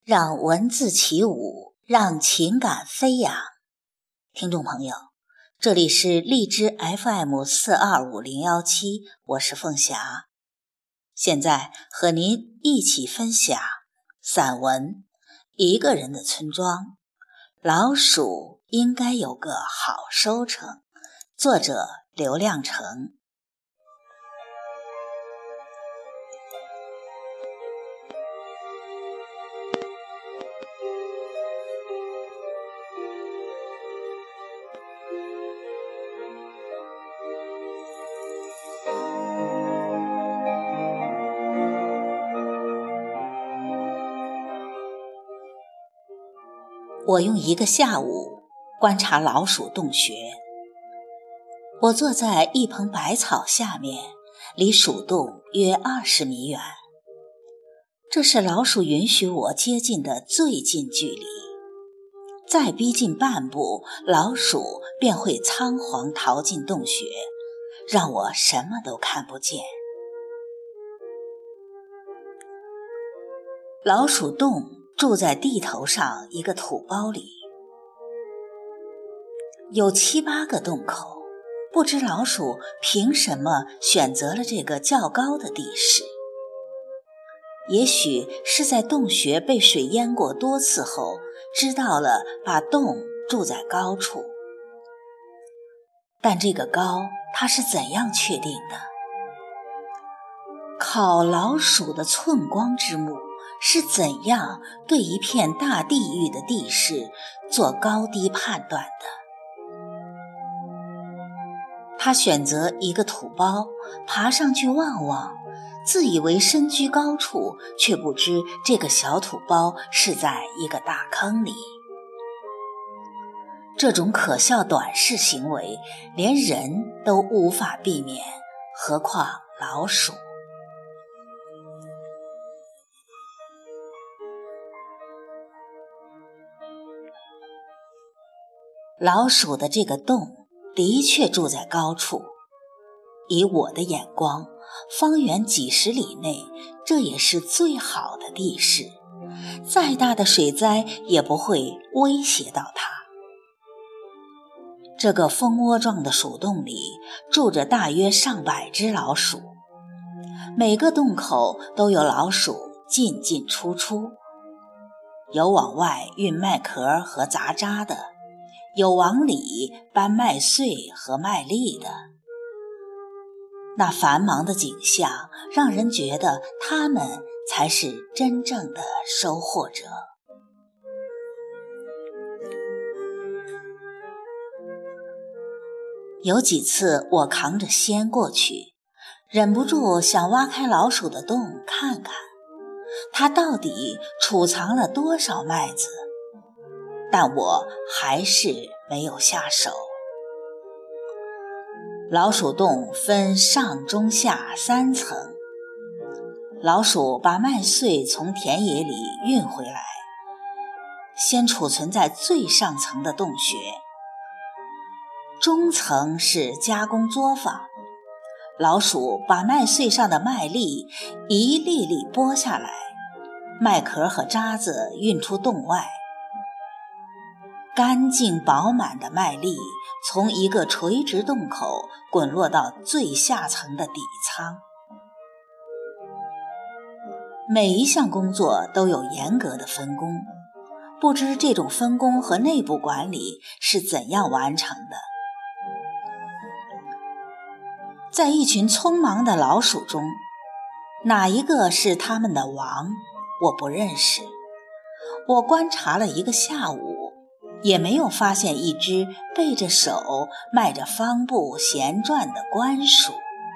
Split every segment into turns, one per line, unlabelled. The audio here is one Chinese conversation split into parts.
让文字起舞，让情感飞扬。听众朋友，这里是荔枝 FM425017，我是凤霞，现在和您一起分享散文《一个人的村庄》，老鼠应该有个好收成，作者刘亮程。我用一个下午观察老鼠洞穴。我坐在一蓬百草下面，离鼠洞约20米远。这是老鼠允许我接近的最近距离。再逼近半步，老鼠便会仓皇逃进洞穴，让我什么都看不见。老鼠洞住在地头上一个土包里，有7、8个洞口，不知老鼠凭什么选择了这个较高的地势。也许是在洞穴被水淹过多次后，知道了把洞筑在高处。但这个高，它是怎样确定的？考老鼠的寸光之目是怎样对一片大地域的地势做高低判断的？他选择一个土包，爬上去望望，自以为身居高处，却不知这个小土包是在一个大坑里。这种可笑短视行为，连人都无法避免，何况老鼠？老鼠的这个洞的确住在高处，以我的眼光，方圆几十里内，这也是最好的地势，再大的水灾也不会威胁到它。这个蜂窝状的鼠洞里住着大约上百只老鼠，每个洞口都有老鼠进进出出，有往外运麦壳和杂渣的，有往里搬麦穗和麦粒的。那繁忙的景象让人觉得他们才是真正的收获者。有几次我扛着锨过去，忍不住想挖开老鼠的洞看看，它到底储藏了多少麦子，但我还是没有下手。老鼠洞分上中下3层，老鼠把麦穗从田野里运回来，先储存在最上层的洞穴。中层是加工作坊，老鼠把麦穗上的麦粒一粒粒剥下来，麦壳和渣子运出洞外。干净饱满的麦粒从一个垂直洞口滚落到最下层的底仓。每一项工作都有严格的分工，不知这种分工和内部管理是怎样完成的。在一群匆忙的老鼠中，哪一个是他们的王，我不认识。我观察了一个下午，也没有发现一只背着手迈着方步闲转的官鼠。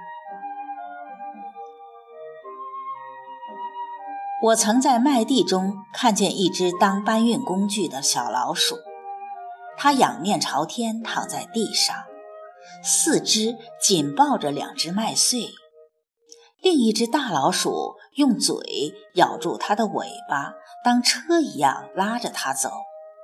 我曾在麦地中看见一只当搬运工具的小老鼠，它仰面朝天躺在地上，4肢紧抱着2只麦穗，另一只大老鼠用嘴咬住它的尾巴，当车一样拉着它走。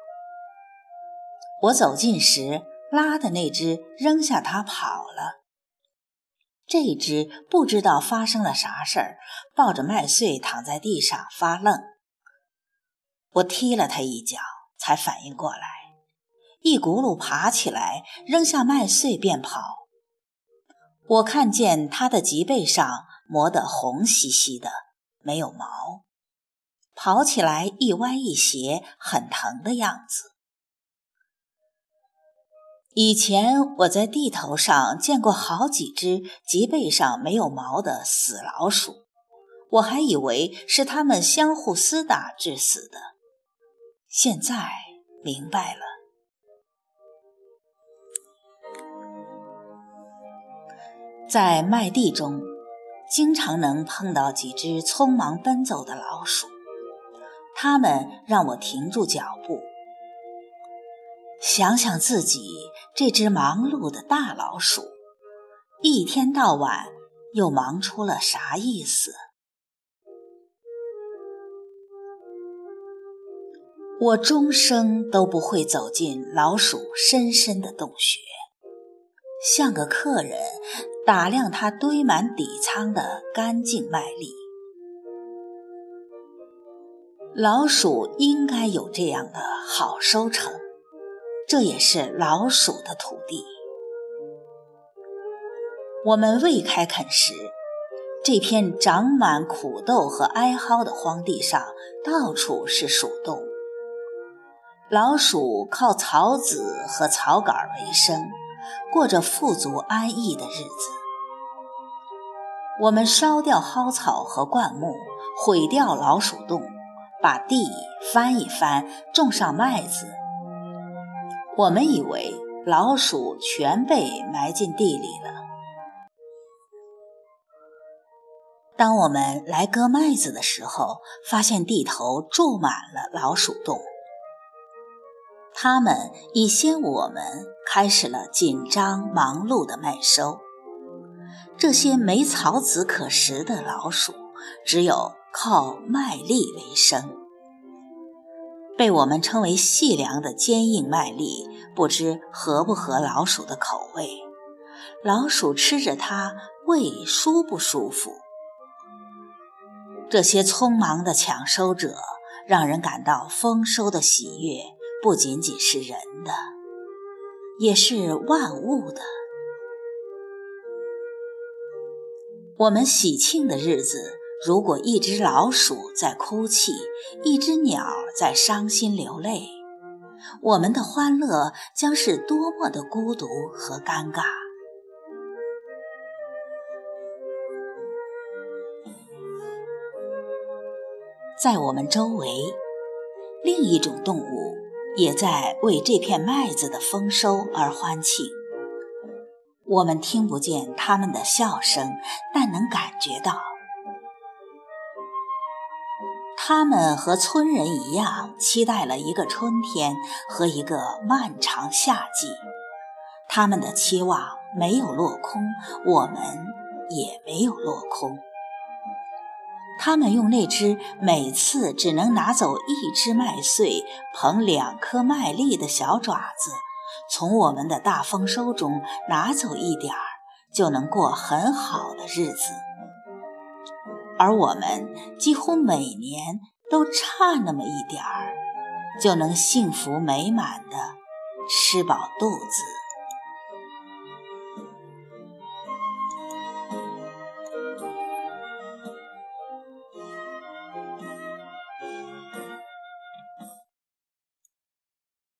我走近时，拉的那只扔下它跑了。这只不知道发生了啥事儿，抱着麦穗躺在地上发愣。 我踢了他一脚，才反应过来，一骨碌爬起来，扔下麦穗便跑。我看见他的脊背上磨得红兮兮的，没有毛，跑起来一歪一斜，很疼的样子。以前我在地头上见过好几只脊背上没有毛的死老鼠，我还以为是它们相互厮打致死的，现在明白了。在麦地中，经常能碰到几只匆忙奔走的老鼠，它们让我停住脚步，想想自己这只忙碌的大老鼠，一天到晚又忙出了啥意思？我终生都不会走进老鼠深深的洞穴，像个客人打量它堆满底仓的干净麦粒。老鼠应该有这样的好收成，这也是老鼠的土地。我们未开垦时，这片长满苦豆和艾蒿的荒地上到处是鼠洞。老鼠靠草籽和草杆为生，过着富足安逸的日子。我们烧掉蒿草和灌木，毁掉老鼠洞，把地翻一翻，种上麦子。我们以为老鼠全被埋进地里了。当我们来割麦子的时候，发现地头住满了老鼠洞。它们已先我们开始了紧张忙碌的麦收。这些没草籽可食的老鼠，只有靠麦粒为生。被我们称为细粮的坚硬麦粒，不知合不合老鼠的口味，老鼠吃着它，胃舒不舒服？这些匆忙的抢收者，让人感到丰收的喜悦，不仅仅是人的，也是万物的。我们喜庆的日子，如果一只老鼠在哭泣，一只鸟在伤心流泪，我们的欢乐将是多么的孤独和尴尬。在我们周围，另一种动物也在为这片麦子的丰收而欢庆。我们听不见它们的笑声，但能感觉到。它们和村人一样，期待了一个春天和一个漫长夏季。他们的期望没有落空，我们也没有落空。他们用那只每次只能拿走一只麦穗，捧2颗麦粒的小爪子，从我们的大丰收中拿走一点儿，就能过很好的日子。而我们几乎每年都差那么一点儿，就能幸福美满地吃饱肚子。